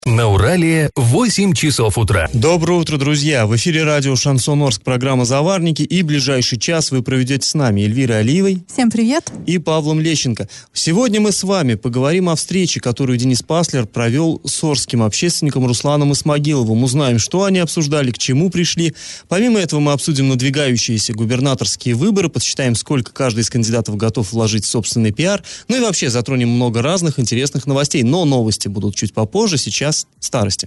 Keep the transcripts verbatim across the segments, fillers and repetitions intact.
На Урале восемь часов утра. Доброе утро, друзья! В эфире радио «Шансон Орск», программа «Заварники», и ближайший час вы проведете с нами Эльвирой Алиевой. Всем привет! И Павлом Лещенко. Сегодня мы с вами поговорим о встрече, которую Денис Паслер провел с орским общественником Русланом Исмагиловым. Узнаем, что они обсуждали, к чему пришли. Помимо этого мы обсудим надвигающиеся губернаторские выборы, подсчитаем, сколько каждый из кандидатов готов вложить в собственный пиар. Ну и вообще затронем много разных интересных новостей. Но новости будут чуть попозже, сейчас старости.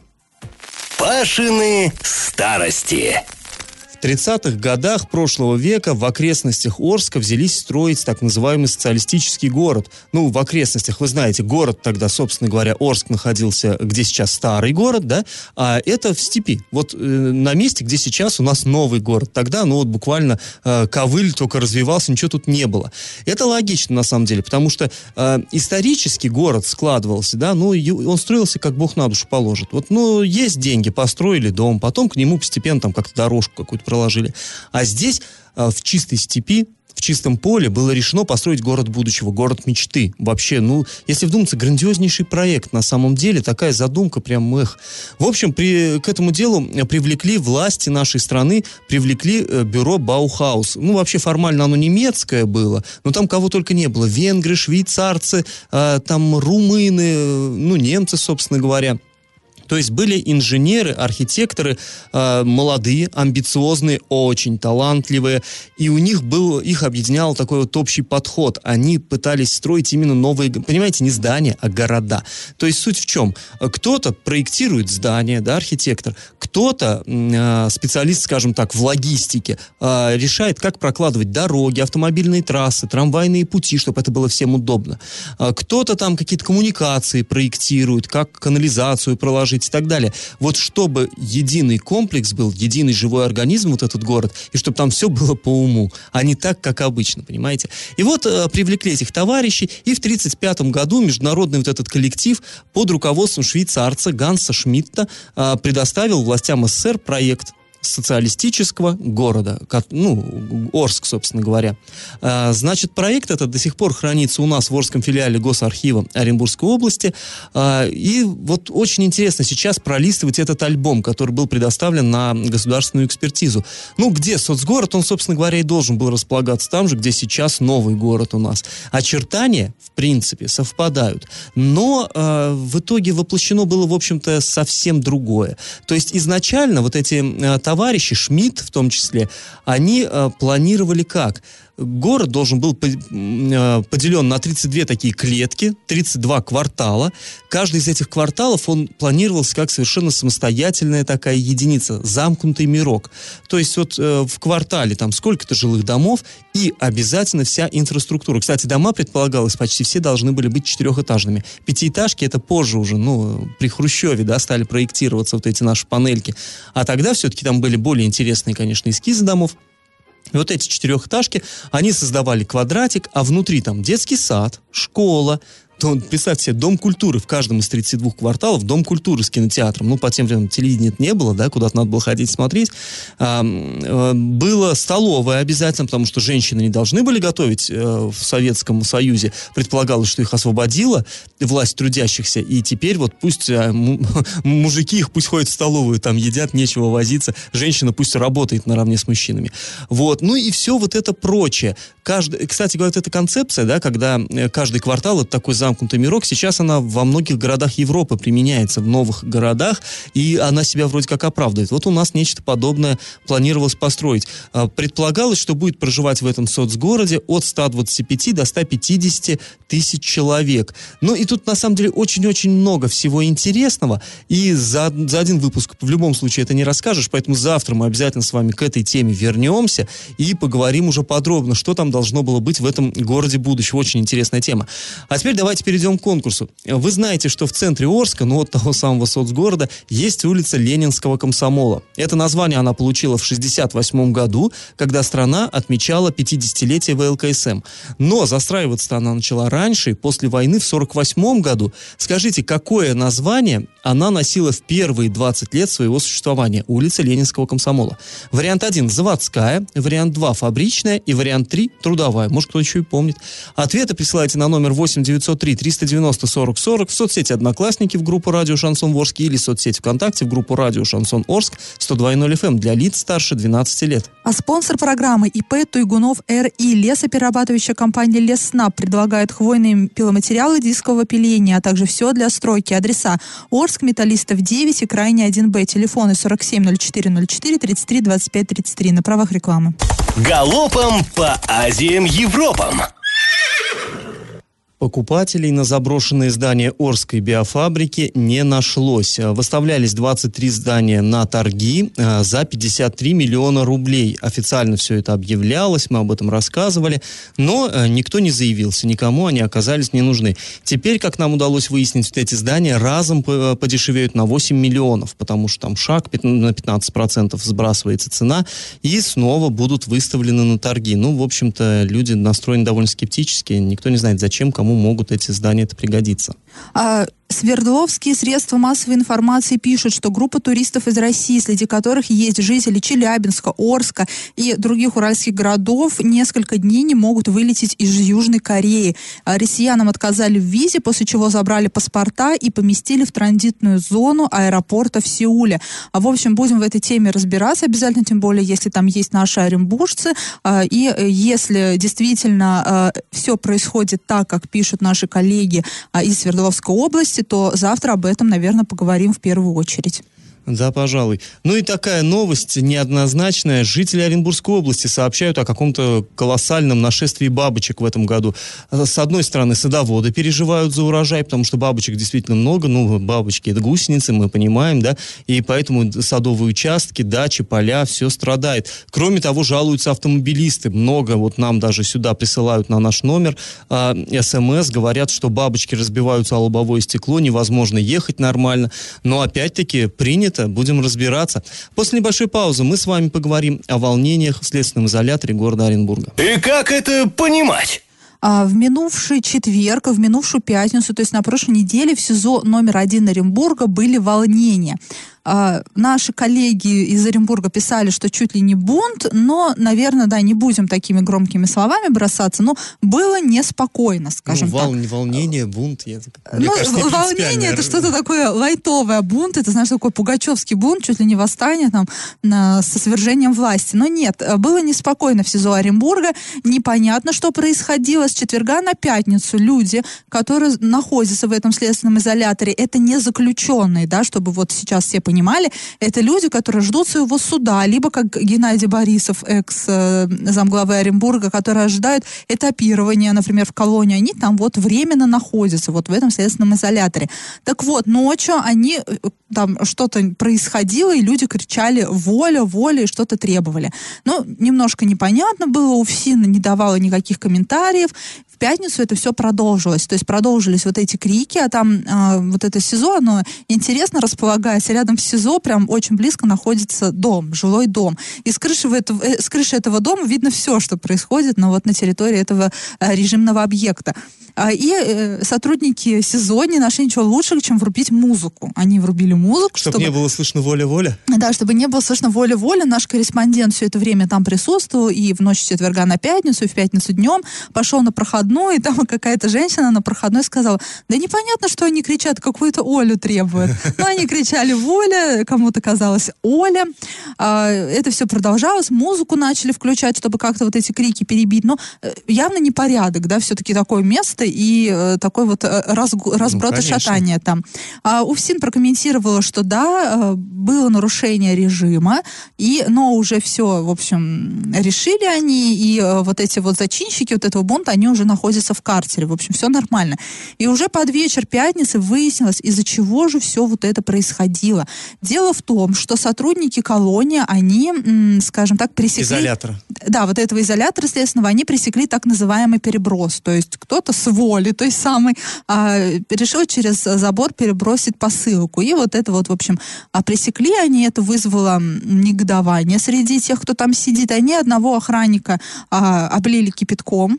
Пашины старости. В тридцатых годах прошлого века в окрестностях Орска взялись строить так называемый социалистический город. Ну, в окрестностях, вы знаете, город тогда, собственно говоря, Орск находился, где сейчас старый город, да, а это в степи. Вот э, на месте, где сейчас у нас новый город. Тогда, ну вот буквально э, ковыль только развивался, ничего тут не было. Это логично, на самом деле, потому что э, исторически город складывался, да, ну, он строился, как Бог на душу положит. Вот, ну, есть деньги, построили дом, потом к нему постепенно там как-то дорожку какую-то проложили. А здесь, в чистой степи, в чистом поле было решено построить город будущего, город мечты. Вообще, ну, если вдуматься, грандиознейший проект на самом деле, такая задумка прям эх. В общем, при, к этому делу привлекли власти нашей страны, привлекли э, бюро Баухаус. Ну, вообще, формально оно немецкое было, но там кого только не было. Венгры, швейцарцы, э, там румыны, ну, немцы, собственно говоря. То есть были инженеры, архитекторы, э, молодые, амбициозные, очень талантливые, и у них был, их объединял такой вот общий подход. Они пытались строить именно новые, понимаете, не здания, а города. То есть суть в чем? Кто-то проектирует здания, да, архитектор, кто-то, э, специалист, скажем так, в логистике, э, решает, как прокладывать дороги, автомобильные трассы, трамвайные пути, чтобы это было всем удобно. Э, кто-то там какие-то коммуникации проектирует, как канализацию проложить, и так далее. Вот чтобы единый комплекс был, единый живой организм, вот этот город, и чтобы там все было по уму, а не так, как обычно, понимаете? И вот э, привлекли этих товарищей, и в тридцать пятом году международный вот этот коллектив под руководством швейцарца Ганса Шмидта э, предоставил властям СССР проект социалистического города, как, ну, Орск, собственно говоря. А, значит, проект этот до сих пор хранится у нас в Орском филиале Госархива Оренбургской области. А, и вот очень интересно сейчас пролистывать этот альбом, который был предоставлен на государственную экспертизу. Ну, где соцгород, он, собственно говоря, и должен был располагаться там же, где сейчас новый город у нас. Очертания, в принципе, совпадают. Но а, в итоге воплощено было, в общем-то, совсем другое. То есть изначально вот эти а, товарищи, Шмидт в том числе, они э, планировали как? Город должен был поделен на тридцать две такие клетки, тридцать два квартала. Каждый из этих кварталов, он планировался как совершенно самостоятельная такая единица, замкнутый мирок. То есть вот э, в квартале там сколько-то жилых домов и обязательно вся инфраструктура. Кстати, дома, предполагалось, почти все должны были быть четырехэтажными. Пятиэтажки это позже уже, ну, при Хрущеве, да, стали проектироваться вот эти наши панельки. А тогда все-таки там были более интересные, конечно, эскизы домов. И вот эти четырехэтажки, они создавали квадратик, а внутри там детский сад, школа. То, представьте себе, дом культуры в каждом из тридцати двух кварталов, дом культуры с кинотеатром. Ну, по тем временам телевидения не было, да, куда-то надо было ходить смотреть. А, а, было столовое обязательно, потому что женщины не должны были готовить а, в Советском Союзе. Предполагалось, что их освободила власть трудящихся, и теперь вот пусть а, м- мужики их пусть ходят в столовую, там едят, нечего возиться. Женщина пусть работает наравне с мужчинами. Вот. Ну и все вот это прочее. Каждый, кстати говоря, вот эта концепция, да, когда каждый квартал это такой замкнутый мирок, сейчас она во многих городах Европы применяется, в новых городах, и она себя вроде как оправдывает. Вот у нас нечто подобное планировалось построить. Предполагалось, что будет проживать в этом соцгороде от ста двадцати пяти до ста пятидесяти тысяч человек. Ну и тут на самом деле очень-очень много всего интересного, и за, за один выпуск в любом случае это не расскажешь, поэтому завтра мы обязательно с вами к этой теме вернемся и поговорим уже подробно, что там должно было быть в этом городе будущего. Очень интересная тема. А теперь давайте перейдем к конкурсу. Вы знаете, что в центре Орска, ну, от того самого соцгорода, есть улица Ленинского комсомола. Это название она получила в шестьдесят восьмом году, когда страна отмечала пятидесятилетие вэ эл ка эс эм. Но застраиваться-то она начала раньше, после войны в сорок восьмом году. Скажите, какое название она носила в первые двадцать лет своего существования? Улица Ленинского комсомола. Вариант один – заводская, вариант два – фабричная и вариант три – трудовая. Может, кто еще и помнит. Ответы присылайте на номер восемь девятьсот три триста девяносто сорок сорок, в соцсети «Одноклассники» в группу «Радио Шансон Орск» или соцсеть ВКонтакте в группу «Радио Шансон Орск» сто два и ноль эф эм для лиц старше двенадцати лет. А спонсор программы ИП Туйгунов эр.и. Лесоперерабатывающая компания «Лесснаб» предлагает хвойные пиломатериалы дискового пиления, а также все для стройки. Адреса: Орск, Металлистов девять и Крайний один Б. Телефоны сорок семь ноль четыре ноль четыре тридцать три двадцать пять тридцать три. На правах рекламы. Галопом по Азиям Европам. Покупателей на заброшенные здания Орской биофабрики не нашлось. Выставлялись двадцать три здания на торги за пятьдесят три миллиона рублей. Официально все это объявлялось, мы об этом рассказывали, но никто не заявился, никому они оказались не нужны. Теперь, как нам удалось выяснить, вот эти здания разом подешевеют на восемь миллионов, потому что там шаг на пятнадцать процентов сбрасывается цена, и снова будут выставлены на торги. Ну, в общем-то, люди настроены довольно скептически, никто не знает, зачем, кому могут эти здания-то пригодиться. А Свердловские средства массовой информации пишут, что группа туристов из России, среди которых есть жители Челябинска, Орска и других уральских городов, несколько дней не могут вылететь из Южной Кореи. Россиянам отказали в визе, после чего забрали паспорта и поместили в транзитную зону аэропорта в Сеуле. А, в общем, будем в этой теме разбираться обязательно, тем более, если там есть наши оренбуржцы. И если действительно все происходит так, как пишут наши коллеги из Свердловской области, то завтра об этом, наверное, поговорим в первую очередь. Да, пожалуй. Ну и такая новость неоднозначная. Жители Оренбургской области сообщают о каком-то колоссальном нашествии бабочек в этом году. С одной стороны, садоводы переживают за урожай, потому что бабочек действительно много. Ну, бабочки — это гусеницы, мы понимаем, да? И поэтому садовые участки, дачи, поля, все страдает. Кроме того, жалуются автомобилисты. Много вот нам даже сюда присылают на наш номер а, СМС, говорят, что бабочки разбиваются о лобовое стекло, невозможно ехать нормально. Но опять-таки принято. Будем разбираться. После небольшой паузы мы с вами поговорим о волнениях в следственном изоляторе города Оренбурга. И как это понимать? В минувший четверг, в минувшую пятницу, то есть на прошлой неделе в СИЗО номер один Оренбурга были волнения. А, наши коллеги из Оренбурга писали, что чуть ли не бунт, но, наверное, да, не будем такими громкими словами бросаться, но было неспокойно, скажем ну, вол, так. Волнение, бунт, я, ну, кажется, волнение — это что-то такое лайтовое, бунт, это, знаешь, такой пугачевский бунт, чуть ли не восстание там на, со свержением власти. Но нет, было неспокойно в СИЗО Оренбурга, непонятно, что происходило. С четверга на пятницу люди, которые находятся в этом следственном изоляторе, это не заключенные, да, чтобы вот сейчас все понимали, понимали, это люди, которые ждут своего суда, либо как Геннадий Борисов, экс-замглавы Оренбурга, которые ожидают этапирования, например, в колонии, они там вот временно находятся, вот в этом следственном изоляторе. Так вот, ночью они, там что-то происходило, и люди кричали «воля, воля», и что-то требовали. Ну, немножко непонятно было, УФСИН не давала никаких комментариев. В пятницу это все продолжилось, то есть продолжились вот эти крики, а там э, вот это СИЗО, оно интересно располагается, рядом с СИЗО прям очень близко находится дом, жилой дом, и с крыши, этого, э, с крыши этого дома видно все, что происходит, но вот на территории этого э, режимного объекта. А, и э, сотрудники СИЗО не нашли ничего лучшего, чем врубить музыку. Они врубили музыку, чтобы... чтобы не было слышно «воля-воля». Да, чтобы не было слышно «воля-воля». Наш корреспондент все это время там присутствовал, и в ночь четверга на пятницу, и в пятницу днем пошел на проходную, и там какая-то женщина на проходной сказала: да непонятно, что они кричат, какую-то Олю требуют. Но они кричали «воля», кому-то казалось «Оля». А, это все продолжалось, музыку начали включать, чтобы как-то вот эти крики перебить. Но явно непорядок, да, все-таки такое место и э, такой вот разг... разброд ну, и шатание там. А, УФСИН прокомментировала, что да, было нарушение режима, и, но уже все, в общем, решили они, и вот эти вот зачинщики вот этого бунта, они уже находятся в карцере, в общем, все нормально. И уже под вечер пятницы выяснилось, из-за чего же все вот это происходило. Дело в том, что сотрудники колонии, они, м, скажем так, пресекли... Изолятора. Да, вот этого изолятора следственного, они пресекли так называемый переброс, то есть кто-то с воли, той самой, а, решил через забор перебросить посылку. И вот это вот, в общем, пресекли они, это вызвало негодование среди тех, кто там сидит. Они одного охранника а, облили кипятком.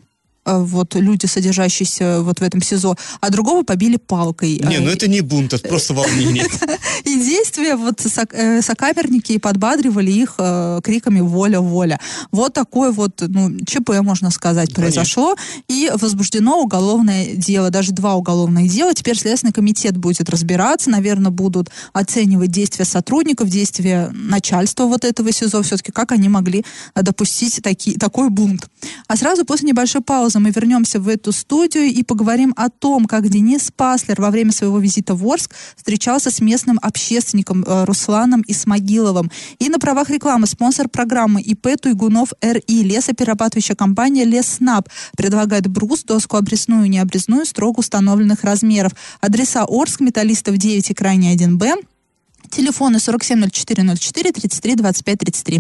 вот люди, содержащиеся вот в этом СИЗО, а другого побили палкой. Не, ну это не бунт, это просто волнение. И действия вот сокамерники подбадривали их криками «Воля, воля». Вот такое вот, ну, ЧП, можно сказать, произошло. И возбуждено уголовное дело, даже два уголовных дела. Теперь Следственный комитет будет разбираться, наверное, будут оценивать действия сотрудников, действия начальства вот этого СИЗО, все-таки как они могли допустить таки, такой бунт. А сразу после небольшой паузы мы вернемся в эту студию и поговорим о том, как Денис Паслер во время своего визита в Орск встречался с местным общественником э, Русланом Исмагиловым. И на правах рекламы спонсор программы ИП Туйгунов РИ, лесоперерабатывающая компания Лесснаб, предлагает брус, доску обрезную и необрезную строго установленных размеров. Адреса: Орск, Металлистов девять и Крайний один Б. Телефоны сорок семь ноль четыре ноль четыре тридцать три двадцать пять тридцать три.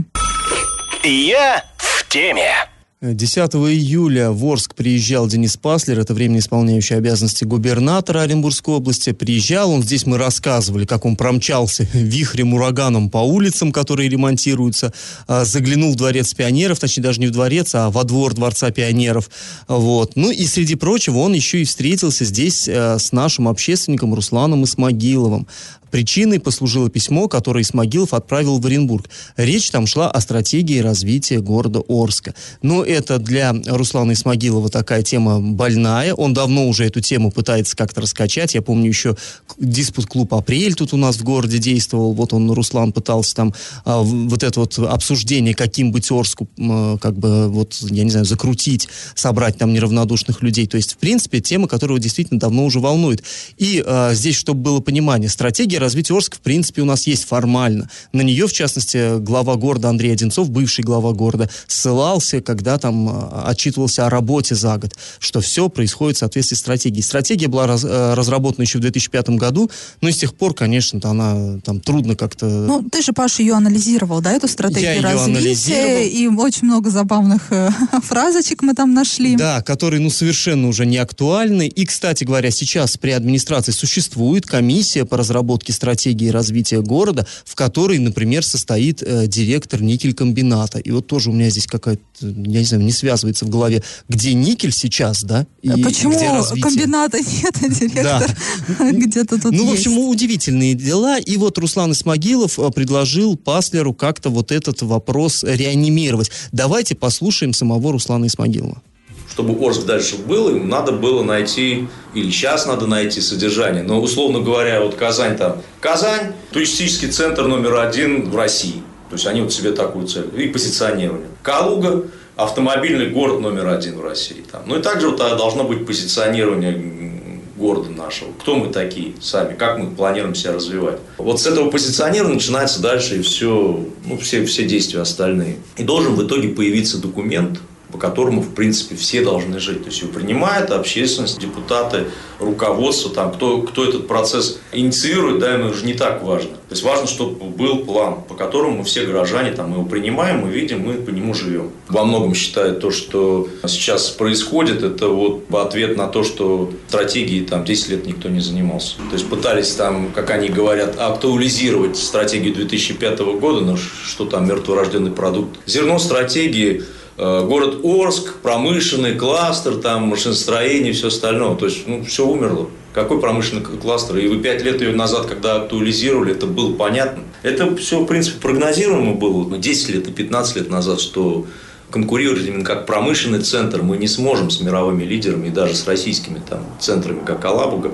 Я в теме. десятого июля в Орск приезжал Денис Паслер, это временно исполняющий обязанности губернатора Оренбургской области. Приезжал он, здесь мы рассказывали, как он промчался вихрем, ураганом по улицам, которые ремонтируются, заглянул в Дворец пионеров, точнее даже не в дворец, а во двор Дворца пионеров. Вот. Ну и среди прочего он еще и встретился здесь с нашим общественником Русланом Исмагиловым. Причиной послужило письмо, которое Исмагилов отправил в Оренбург. Речь там шла о стратегии развития города Орска. Но это для Руслана Исмагилова такая тема больная. Он давно уже эту тему пытается как-то раскачать. Я помню, еще диспут-клуб «Апрель» тут у нас в городе действовал. Вот он, Руслан, пытался там а, вот это вот обсуждение, каким быть Орску, а, как бы, вот, я не знаю, закрутить, собрать там неравнодушных людей. То есть, в принципе, тема, которая действительно давно уже волнует. И а, здесь, чтобы было понимание, стратегия развития Орска, в принципе, у нас есть формально. На нее, в частности, глава города Андрей Одинцов, бывший глава города, ссылался, когда там отчитывался о работе за год, что все происходит в соответствии с стратегией. Стратегия была раз, разработана еще в две тысячи пятом году, но с тех пор, конечно, она там трудно как-то... Ну, ты же, Паша, ее анализировал, да, эту стратегию развития, и очень много забавных э, фразочек мы там нашли. Да, которые, ну, совершенно уже не актуальны. И, кстати говоря, сейчас при администрации существует комиссия по разработке стратегии развития города, в которой, например, состоит э, директор никель-комбината. И вот тоже у меня здесь какая-то, я не знаю, не связывается в голове, где никель сейчас, да? И почему где развитие? Комбината нет, а директор да. где-то тут Ну, есть. в общем, удивительные дела. И вот Руслан Исмагилов предложил Паслеру как-то вот этот вопрос реанимировать. Давайте послушаем самого Руслана Исмагилова. Чтобы Орск дальше был, им надо было найти, или сейчас надо найти содержание. Но, условно говоря, вот Казань там, Казань – туристический центр номер один в России. То есть, они вот себе такую цель. И позиционирование. Калуга – автомобильный город номер один в России. Там. Ну, и также вот должно быть позиционирование города нашего. Кто мы такие сами, как мы планируем себя развивать. Вот с этого позиционирования начинается дальше и все, ну, все, все действия остальные. И должен в итоге появиться документ, по которому, в принципе, все должны жить. То есть его принимает общественность, депутаты, руководство, там, кто, кто этот процесс инициирует, да, ему уже не так важно. То есть важно, чтобы был план, по которому мы все горожане там, мы его принимаем, мы видим, мы по нему живем. Во многом считают то, что сейчас происходит, это вот ответ на то, что стратегией там десять лет никто не занимался. То есть пытались там, как они говорят, актуализировать стратегию две тысячи пятого года, но что там мертворожденный продукт. Зерно стратегии – город Орск, промышленный кластер, там машиностроение и все остальное. То есть, ну, все умерло. Какой промышленный кластер? И вы пять лет ее назад, когда актуализировали, это было понятно. Это все, в принципе, прогнозируемо было ну, десять лет и пятнадцать лет назад, что конкурировать именно как промышленный центр мы не сможем с мировыми лидерами и даже с российскими там, центрами, как Алабуга.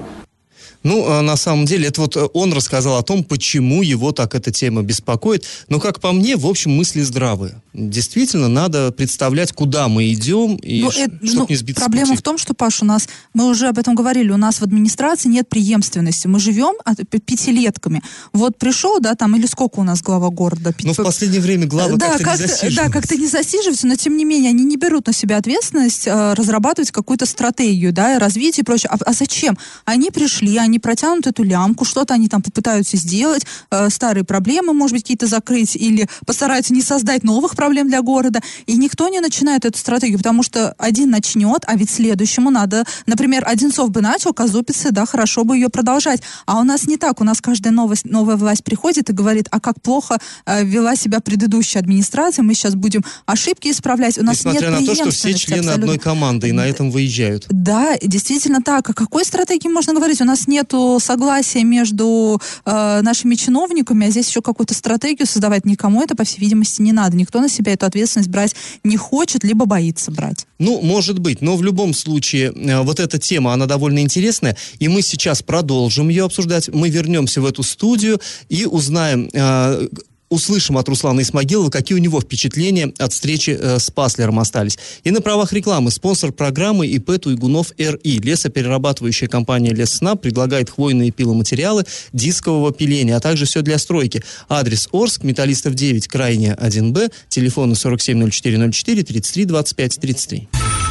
Ну, на самом деле, это вот он рассказал о том, почему его так эта тема беспокоит. Но, как по мне, в общем, мысли здравые. Действительно, надо представлять, куда мы идем, и ш- это, чтобы ну, не сбиться проблема с пути. в том, что, Паш, у нас, мы уже об этом говорили, у нас в администрации нет преемственности. Мы живем от, пятилетками. Вот пришел, да, там, или сколько у нас глава города? Ну, в последнее время главы да, как-то, как-то не засиживаются. Да, как-то не засиживаются, но, тем не менее, они не берут на себя ответственность э, разрабатывать какую-то стратегию, да, развитие и прочее. А, а зачем? Они пришли, они они протянут эту лямку, что-то они там попытаются сделать, э, старые проблемы, может быть, какие-то закрыть, или постараются не создать новых проблем для города, и никто не начинает эту стратегию, потому что один начнет, а ведь следующему надо, например, Одинцов бы начал, Казупицы, да, хорошо бы ее продолжать, а у нас не так, у нас каждая новость, новая власть приходит и говорит, а как плохо э, вела себя предыдущая администрация, мы сейчас будем ошибки исправлять, у нас Несмотря нет на то, что все члены абсолютно одной команды и на этом выезжают. Да, действительно так. О какой стратегии можно говорить? У нас нету согласия между э, нашими чиновниками, а здесь еще какую-то стратегию создавать никому это, по всей видимости, не надо. Никто на себя эту ответственность брать не хочет, либо боится брать. Ну, может быть, но в любом случае э, вот эта тема, она довольно интересная, и мы сейчас продолжим ее обсуждать. Мы вернемся в эту студию и узнаем... Э, услышим от Руслана Исмагилова, какие у него впечатления от встречи э, с Паслером остались. И на правах рекламы спонсор программы ИП Туйгунов эр-И. Лесоперерабатывающая компания Лесснаб предлагает хвойные пиломатериалы дискового пиления, а также все для стройки. Адрес Орск, Металлистов девять, крайне один Б, телефоны сорок семь ноль четыре ноль четыре, тридцать три двадцать пять тридцать три.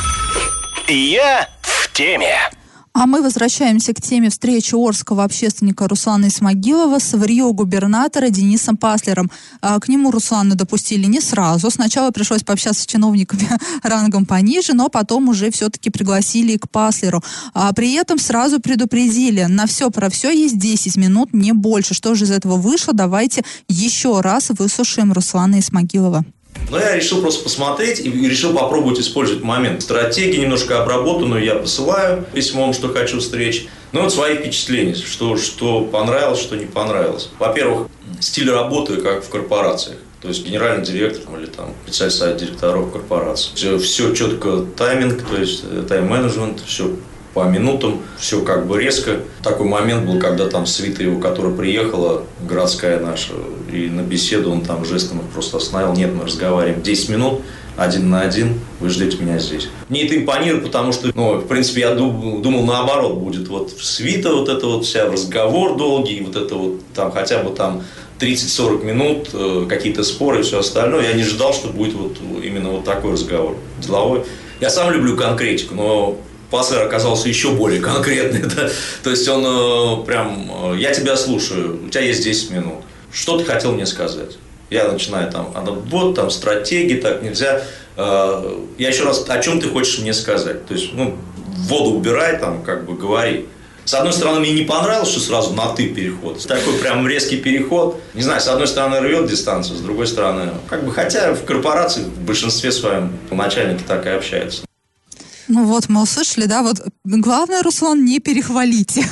Я в теме. А мы возвращаемся к теме встречи орского общественника Руслана Исмагилова с варьё-губернатора Денисом Паслером. К нему Руслана допустили не сразу. Сначала пришлось пообщаться с чиновниками рангом пониже, но потом уже все-таки пригласили к Паслеру. А при этом сразу предупредили, на все про все есть десять минут, не больше. Что же из этого вышло? Давайте еще раз выслушаем Руслана Исмагилова. Но я решил просто посмотреть и решил попробовать использовать момент. Стратегию немножко обработанную я посылаю письмом, что хочу встреч. Ну вот свои впечатления, что, что понравилось, что не понравилось. Во-первых, стиль работы как в корпорациях. То есть генеральный директор или там председатель совета директоров корпорации. Все, все четко тайминг, то есть тайм-менеджмент, все по минутам, все как бы резко. Такой момент был, когда там свита его, которая приехала, городская наша, и на беседу он там жестом их просто остановил. Нет, мы разговариваем десять минут, один на один, вы ждете меня здесь. Мне это импонирует, потому что, ну, в принципе, я думал, думал наоборот, будет вот свита, вот это вот вся, разговор долгий, вот это вот там хотя бы там тридцать-сорок минут, э, какие-то споры и все остальное. Я не ожидал, что будет вот именно вот такой разговор деловой. Я сам люблю конкретику, но Паслер оказался еще более конкретный. Да? То есть он э, прям, э, я тебя слушаю, у тебя есть десять минут. Что ты хотел мне сказать? Я начинаю там, а, вот там стратегии, так нельзя. Э, я еще раз, о чем ты хочешь мне сказать? То есть, ну, воду убирай, там, как бы говори. С одной стороны, мне не понравилось, что сразу на «ты» переход. Такой прям резкий переход. Не знаю, с одной стороны рвет дистанцию, с другой стороны, как бы, хотя в корпорации в большинстве своем начальники так и общаются. Ну вот, мы услышали, да, вот главное, Руслан, не перехвалите,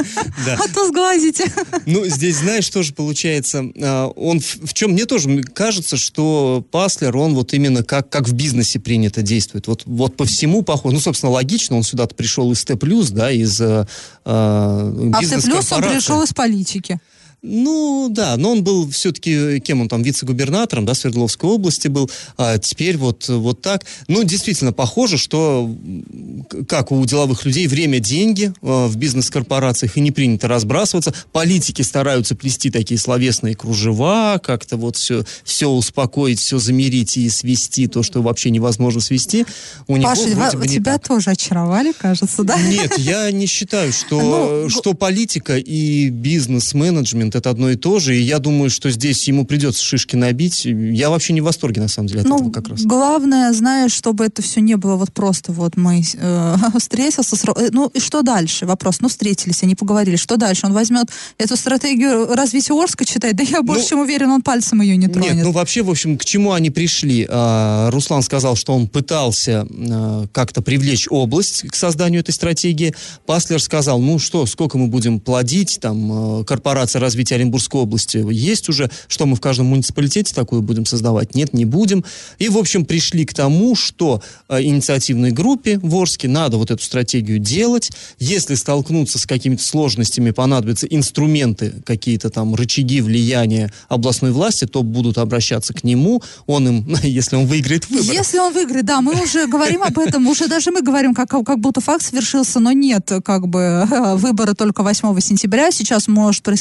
а то сглазите. Ну, здесь, знаешь, тоже получается, он в чем мне тоже кажется, что Паслер, он вот именно как, как в бизнесе принято действует. Вот, вот по всему похоже. Ну, собственно, логично, он сюда-то пришел из Т+, да, из э, бизнес-корпорации. А в Т+, он пришел из политики. Ну, да, но он был все-таки, кем он там, вице-губернатором, да, Свердловской области был, а теперь вот, вот так. Ну, действительно, похоже, что, как у деловых людей, время – деньги э, в бизнес-корпорациях, и не принято разбрасываться. Политики стараются плести такие словесные кружева, как-то вот все, все успокоить, все замирить и свести то, что вообще невозможно свести. У Паша, него у тебя так. тоже очаровали, кажется, да? Нет, я не считаю, что, ну, что политика и бизнес-менеджмент это одно и то же, и я думаю, что здесь ему придется шишки набить. Я вообще не в восторге, на самом деле, от ну, этого как раз. Главное, знаешь, чтобы это все не было вот просто вот мы э, встретился, с... ну и что дальше? Вопрос, ну встретились, они поговорили, что дальше? Он возьмет эту стратегию развития Орска читать? Да я больше ну, чем уверен, он пальцем ее не тронет. Нет, ну вообще, в общем, к чему они пришли? А, Руслан сказал, что он пытался а, как-то привлечь область к созданию этой стратегии. Паслер сказал, ну что, сколько мы будем плодить, там, корпорация развития Оренбургской области есть уже, что мы в каждом муниципалитете такое будем создавать? Нет, не будем. И, в общем, пришли к тому, что э, инициативной группе в Орске надо вот эту стратегию делать. Если столкнуться с какими-то сложностями, понадобятся инструменты, какие-то там рычаги влияния областной власти, то будут обращаться к нему. Он им, если он выиграет выборы. Если он выиграет, да, мы уже говорим об этом, уже даже мы говорим, как, как будто факт совершился, но нет, как бы выборы только восьмого сентября, сейчас может происходить все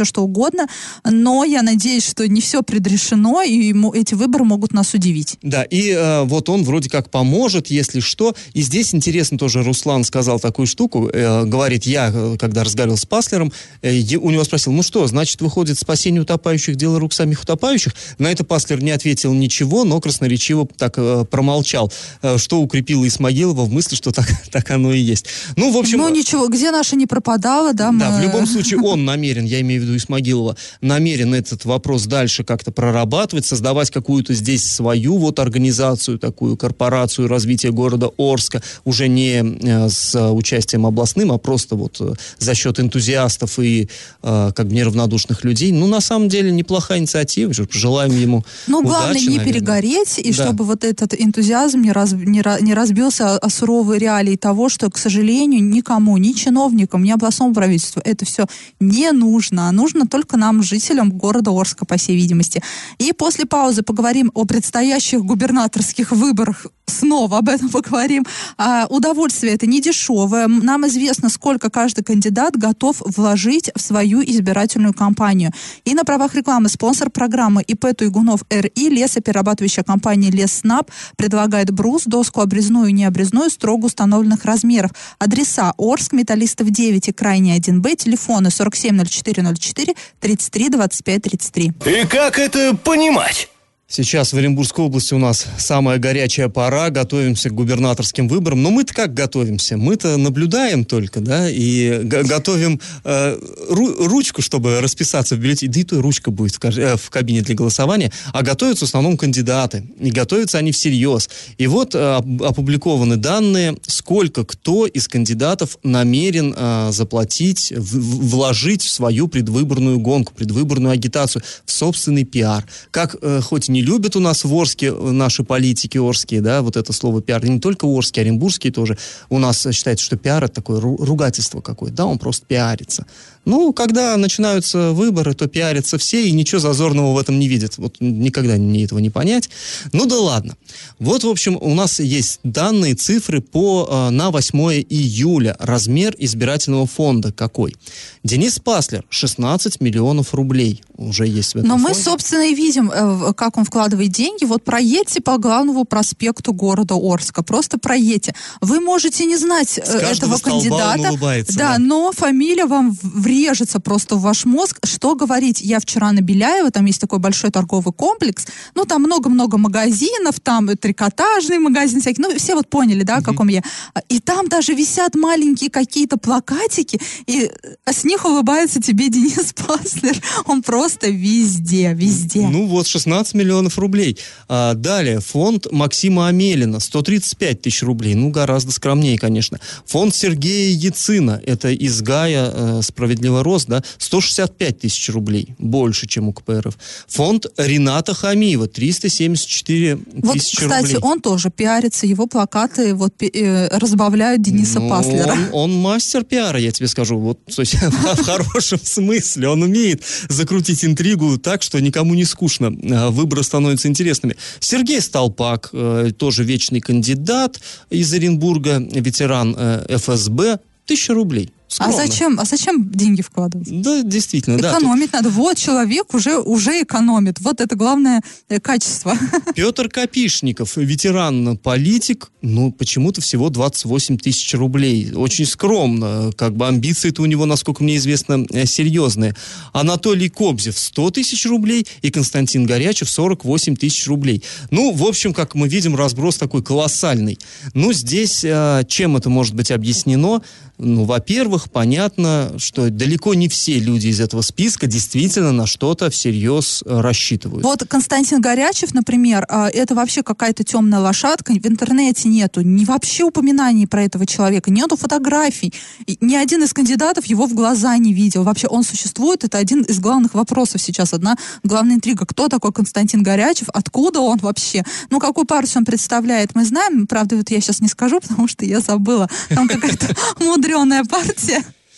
что угодно, но я надеюсь, что не все предрешено, и ему, эти выборы могут нас удивить. Да, и э, вот он вроде как поможет, если что. И здесь интересно тоже, Руслан сказал такую штуку, э, говорит, я, когда разговаривал с Паслером, э, у него спросил, ну что, значит, выходит, спасение утопающих, дело рук самих утопающих? На это Паслер не ответил ничего, но красноречиво так э, промолчал, э, что укрепило Исмагилова в мысли, что так, так оно и есть. Ну, в общем... Ну, ничего, где наша не пропадала, да? Мы... Да, в любом случае он намерен, я имею в виду Исмагилова, намерен этот вопрос дальше как-то прорабатывать, создавать какую-то здесь свою вот организацию, такую корпорацию развития города Орска, уже не э, с участием областным, а просто вот э, за счет энтузиастов и э, как бы неравнодушных людей. Ну, на самом деле, неплохая инициатива, пожелаем ему Ну, удачи, главное, не наверное. перегореть, и Да. чтобы вот этот энтузиазм не, раз, не, ра- не разбился о, о суровые реалии того, что, к сожалению, никому, ни чиновникам, ни областному правительству это все не нужно, а нужно только нам, жителям города Орска, по всей видимости. И после паузы поговорим о предстоящих губернаторских выборах, снова об этом поговорим. А, удовольствие это не дешевое. Нам известно, сколько каждый кандидат готов вложить в свою избирательную кампанию. И на правах рекламы спонсор программы ИП Туйгунов РИ, лесоперерабатывающая компания Лесснаб, предлагает брус, доску обрезную и необрезную строго установленных размеров. Адреса: Орск, Металлистов девять и Крайний один Б, телефоны сорок семь ноль четыре ноль четыре, тридцать три двадцать пять тридцать три. И как это понимать? Сейчас в Оренбургской области у нас самая горячая пора, готовимся к губернаторским выборам. Но мы-то как готовимся? Мы-то наблюдаем только, да, и г- готовим э, ру- ручку, чтобы расписаться в бюллетене. Да и то ручка будет в, каж- э, в кабине для голосования. А готовятся в основном кандидаты. И готовятся они всерьез. И вот э, опубликованы данные, сколько кто из кандидатов намерен э, заплатить, в- в- вложить в свою предвыборную гонку, предвыборную агитацию, в собственный пиар. Как э, хоть не любят у нас в Орске наши политики орские, да, вот это слово пиар, не только орские, оренбургские тоже. У нас считается, что пиар — это такое ру- ругательство какое-то, да, он просто пиарится. Ну, когда начинаются выборы, то пиарятся все, и ничего зазорного в этом не видят. Вот никогда мне этого не понять. Ну да ладно. Вот, в общем, у нас есть данные, цифры по, э, на восьмое июля. Размер избирательного фонда какой? Денис Паслер, шестнадцать миллионов рублей уже есть в этом Но мы, фонде. собственно, и видим, э, как он вкладывает деньги. Вот проедьте по главному проспекту города Орска. Просто проедьте. Вы можете не знать э, С каждого этого столба он кандидата. улыбается, да, да. но фамилия вам врежется просто в ваш мозг. Что говорить? Я вчера на Беляева, там есть такой большой торговый комплекс. Ну, там много-много магазинов, там и трикотажный магазин всякий. Ну, все вот поняли, да, о каком я. И там даже висят маленькие какие-то плакатики, и с них улыбается тебе Денис Паслер. Он просто везде, везде. Ну вот, шестнадцать миллионов рублей. А, далее, фонд Максима Амелина, сто тридцать пять тысяч рублей. Ну, гораздо скромнее, конечно. Фонд Сергея Яцина, это из Гая э, «Справедливый рост», да, сто шестьдесят пять тысяч рублей. Больше, чем у КПРФ. Фонд Рената Хамиева, триста семьдесят четыре Вот, тысячи кстати, рублей. он тоже пиарится, его плакаты вот пи- э, разбавляют Дениса Ну, Паслера. Он, он мастер пиара, я тебе скажу. Вот, то есть, в хорошем смысле. Он умеет закрутить интригу так, что никому не скучно. Выборы становятся интересными. Сергей Столпак, э, тоже вечный кандидат из Оренбурга, ветеран э, эф эс бэ, тысяча рублей. А Скромно. зачем, а зачем деньги вкладывать? Да, действительно, да. Экономить надо. Вот человек уже, уже экономит. Вот это главное э, качество. Петр Копишников, ветеран-политик, ну, почему-то всего двадцать восемь тысяч рублей. Очень скромно. Как бы амбиции-то у него, насколько мне известно, э, серьезные. Анатолий Кобзев, сто тысяч рублей, и Константин Горячев, сорок восемь тысяч рублей. Ну, в общем, как мы видим, разброс такой колоссальный. Ну, здесь э, чем это может быть объяснено? Ну, во-первых, понятно, что далеко не все люди из этого списка действительно на что-то всерьез э, рассчитывают. Вот Константин Горячев, например, а, это вообще какая-то темная лошадка. В интернете нету ни вообще упоминаний про этого человека, нету фотографий. И ни один из кандидатов его в глаза не видел. Вообще он существует, это один из главных вопросов сейчас. Одна главная интрига. Кто такой Константин Горячев? Откуда он вообще? Ну, какую партию он представляет, мы знаем. Правда, вот я сейчас не скажу, потому что я забыла. Там какая-то мудрая партия.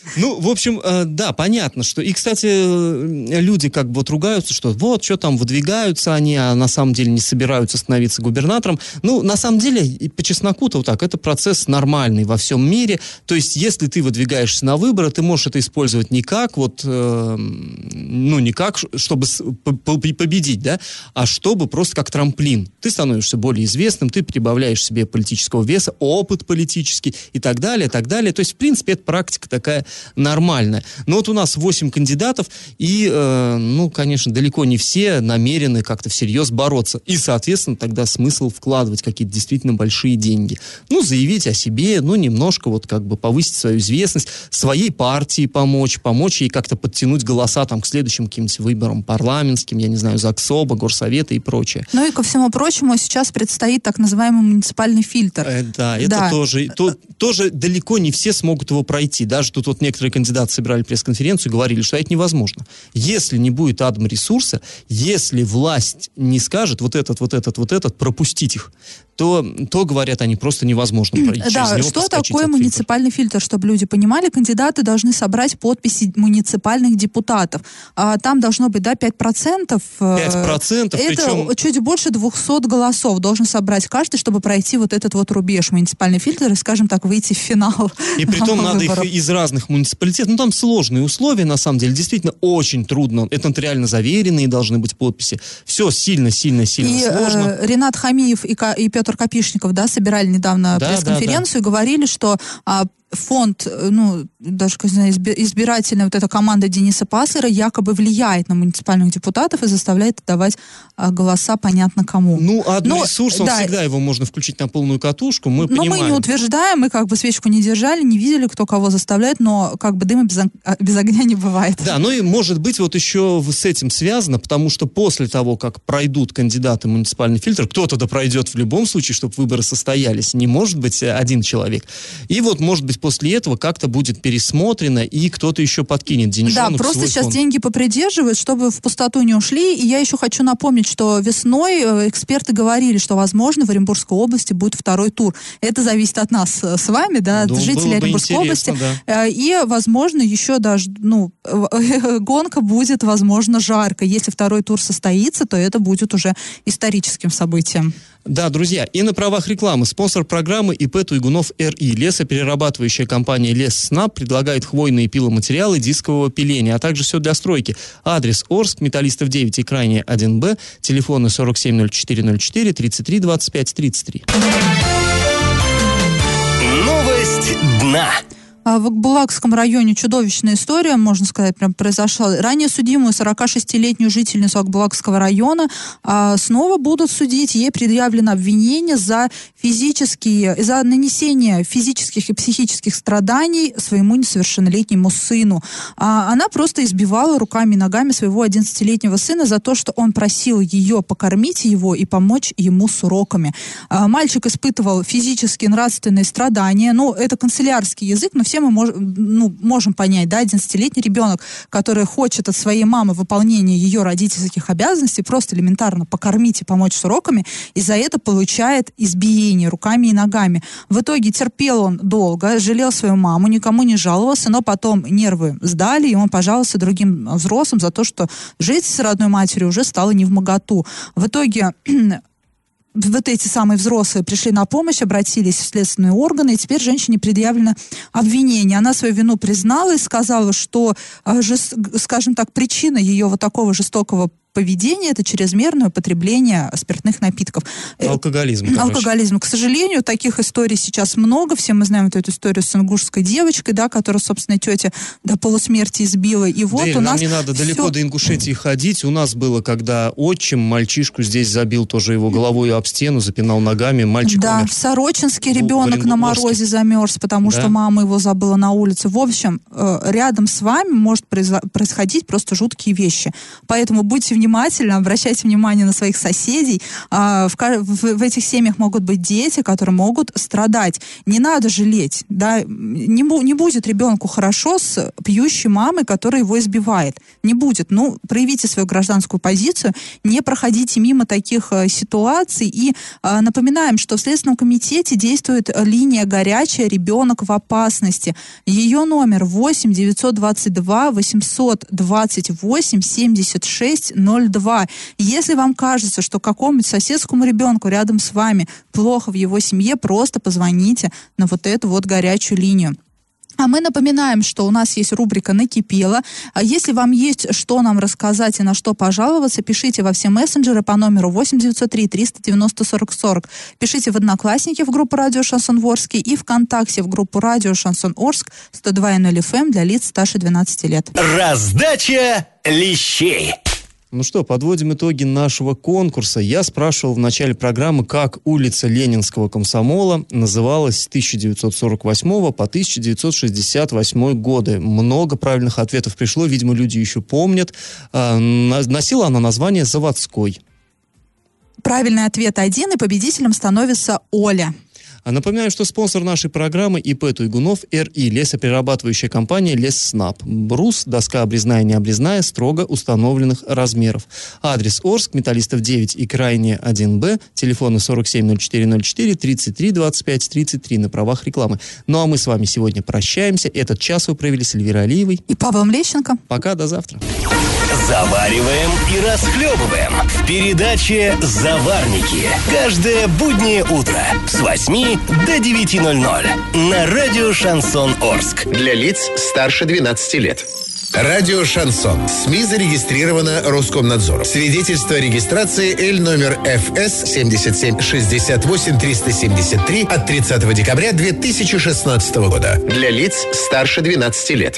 Ну, в общем, э, да, понятно, что... И, кстати, э, люди как бы вот ругаются, что вот, что там, выдвигаются они, а на самом деле не собираются становиться губернатором. Ну, на самом деле, и по чесноку-то вот так, это процесс нормальный во всем мире. То есть, если ты выдвигаешься на выборы, ты можешь это использовать не как вот... Э, ну, не как, чтобы с, по, по, победить, да, а чтобы просто как трамплин. Ты становишься более известным, ты прибавляешь себе политического веса, опыт политический и так далее, так далее. То есть, в принципе, это практика такая нормальная. Но вот у нас восемь кандидатов, и, э, ну, конечно, далеко не все намерены как-то всерьез бороться. И, соответственно, тогда смысл вкладывать какие-то действительно большие деньги. Ну, заявить о себе, ну, немножко вот как бы повысить свою известность, своей партии помочь, помочь ей как-то подтянуть голоса там к следующим каким-нибудь выборам парламентским, я не знаю, Заксоба, Горсовета и прочее. Ну и ко всему прочему, сейчас предстоит так называемый муниципальный фильтр. Э, да, это да. тоже, то, тоже далеко не все смогут его пройти. Даже тут вот некоторые кандидаты собирали пресс-конференцию и говорили, что это невозможно. Если не будет адмресурса, если власть не скажет вот этот, вот этот, вот этот, пропустить их, то, то говорят они, просто невозможно пройти. Да, что такое муниципальный фильтр? фильтр, чтобы люди понимали, кандидаты должны собрать подписи муниципальных депутатов. А, там должно быть, да, пять процентов. пять процентов, это причем... чуть больше двухсот голосов должен собрать каждый, чтобы пройти вот этот вот рубеж муниципальный фильтр и, скажем так, выйти в финал. И притом надо их из разных муниципалитетов. Ну, там сложные условия, на самом деле. Действительно, очень трудно. Это нотариально заверенные должны быть подписи. Все сильно-сильно-сильно и, сложно. Э, Ренат Хамиев и, и Петр Копишников, да, собирали недавно да, пресс-конференцию, да, да. и говорили, что а, фонд, ну, даже, не знаю, избирательная вот эта команда Дениса Паслера якобы влияет на муниципальных депутатов и заставляет давать а, голоса понятно кому. Ну, одно ресурс, он да, всегда его можно включить на полную катушку, мы но понимаем. мы не утверждаем, мы как бы свечку не держали, не видели, кто кого заставляет, но как бы дыма без, без огня не бывает. Да, ну и может быть вот еще с этим связано, потому что после того, как пройдут кандидаты в муниципальный фильтр, кто-то да пройдет в любом случае, чтобы выборы состоялись, не может быть один человек. И вот, может быть, после этого как-то будет пересмотрено, и кто-то еще подкинет деньжонок. Да, просто сейчас фонд. деньги попридерживают, чтобы в пустоту не ушли. И я еще хочу напомнить, что весной эксперты говорили, что, возможно, в Оренбургской области будет второй тур. Это зависит от нас с вами, да, да от жителей Оренбургской области. Да. И, возможно, еще даже, ну, гонка будет, возможно, жарко. Если второй тур состоится, то это будет уже историческим событием. Да, друзья, и на правах рекламы спонсор программы ИП Туйгунов эр-и. Лесоперерабатывающая компания Лесснаб предлагает хвойные пиломатериалы дискового пиления, а также все для стройки. Адрес Орск, Металлистов девять и Крайне один Б, телефоны сорок семь ноль четыре ноль четыре, тридцать три двадцать пять тридцать три. Новость дна. В Акбулакском районе чудовищная история, можно сказать, прям произошла. Ранее судимую сорокашестилетнюю жительницу Акбулакского района а, снова будут судить. Ей предъявлено обвинение за физические, за нанесение физических и психических страданий своему несовершеннолетнему сыну. А, она просто избивала руками и ногами своего одиннадцатилетнего сына за то, что он просил ее покормить его и помочь ему с уроками. А, мальчик испытывал физические, нравственные страдания. Ну, это канцелярский язык, но все мы мож, ну, можем понять, да, одиннадцатилетний ребенок, который хочет от своей мамы выполнения ее родительских обязанностей, просто элементарно покормить и помочь с уроками, и за это получает избиение руками и ногами. В итоге терпел он долго, жалел свою маму, никому не жаловался, но потом нервы сдали, и он пожаловался другим взрослым за то, что жить с родной матерью уже стало невмоготу. В итоге вот эти самые взрослые пришли на помощь, обратились в следственные органы, и теперь женщине предъявлено обвинение. Она свою вину признала и сказала, что, скажем так, причина ее вот такого жестокого поведение — это чрезмерное употребление спиртных напитков. Алкоголизм. Короче. Алкоголизм. К сожалению, таких историй сейчас много. Все мы знаем вот эту историю с ингушской девочкой, да, которая, собственно, тетя до полусмерти избила. И вот Дверь, у нам нас не надо все... далеко до Ингушетии ходить. У нас было, когда отчим мальчишку здесь забил тоже его головой об стену, запинал ногами, мальчик да, умер. в Сорочинске ребенок на морозе замерз, потому да? что мама его забыла на улице. В общем, рядом с вами может происходить просто жуткие вещи. Поэтому будьте внимательны внимательно, обращайте внимание на своих соседей. А, в, в, в этих семьях могут быть дети, которые могут страдать. Не надо жалеть, да, не, не будет ребенку хорошо с пьющей мамой, которая его избивает. Не будет. Ну, проявите свою гражданскую позицию, не проходите мимо таких э, ситуаций. И э, напоминаем, что в Следственном комитете действует линия горячая «Ребенок в опасности». Ее номер восемь девятьсот двадцать два восемьсот двадцать восемь семьдесят шесть ноль два. Если вам кажется, что какому-нибудь соседскому ребенку рядом с вами плохо в его семье, просто позвоните на вот эту вот горячую линию. А мы напоминаем, что у нас есть рубрика «Накипело». А если вам есть что нам рассказать и на что пожаловаться, пишите во все мессенджеры по номеру восемь девятьсот три триста девяносто сорок сорок. Пишите в Одноклассники в группу «Радио Шансон Орск» и ВКонтакте в группу «Радио Шансон Орск» сто два и ноль эф эм для лиц старше двенадцати лет. Раздача лещей. Ну что, подводим итоги нашего конкурса. Я спрашивал в начале программы, как улица Ленинского комсомола называлась с тысяча девятьсот сорок восьмого по тысяча девятьсот шестьдесят восьмой годы. Много правильных ответов пришло, видимо, люди еще помнят. Носила она название Заводской. Правильный ответ один, и победителем становится Оля. Напоминаю, что спонсор нашей программы ИП Туйгунов эр.и. Лесоперерабатывающая компания Лесснаб. Брус, доска обрезная и необрезная, строго установленных размеров. Адрес Орск, Металлистов девять и Крайне один Б. Телефоны сорок семь ноль четыре ноль четыре, тридцать три двадцать пять тридцать три на правах рекламы. Ну а мы с вами сегодня прощаемся. Этот час вы провели с Эльвирой Алиевой и Павлом Лещенко. Пока, до завтра. Завариваем и расхлебываем в передаче «Заварники». Каждое буднее утро с восьми до девяти ноль-ноль на радио «Шансон Орск». Для лиц старше двенадцати лет. Радио «Шансон». СМИ зарегистрировано Роскомнадзором. Свидетельство о регистрации Л номер эф эс семь семь шесть восемь три семь три от тридцатого декабря две тысячи шестнадцатого года. Для лиц старше двенадцати лет.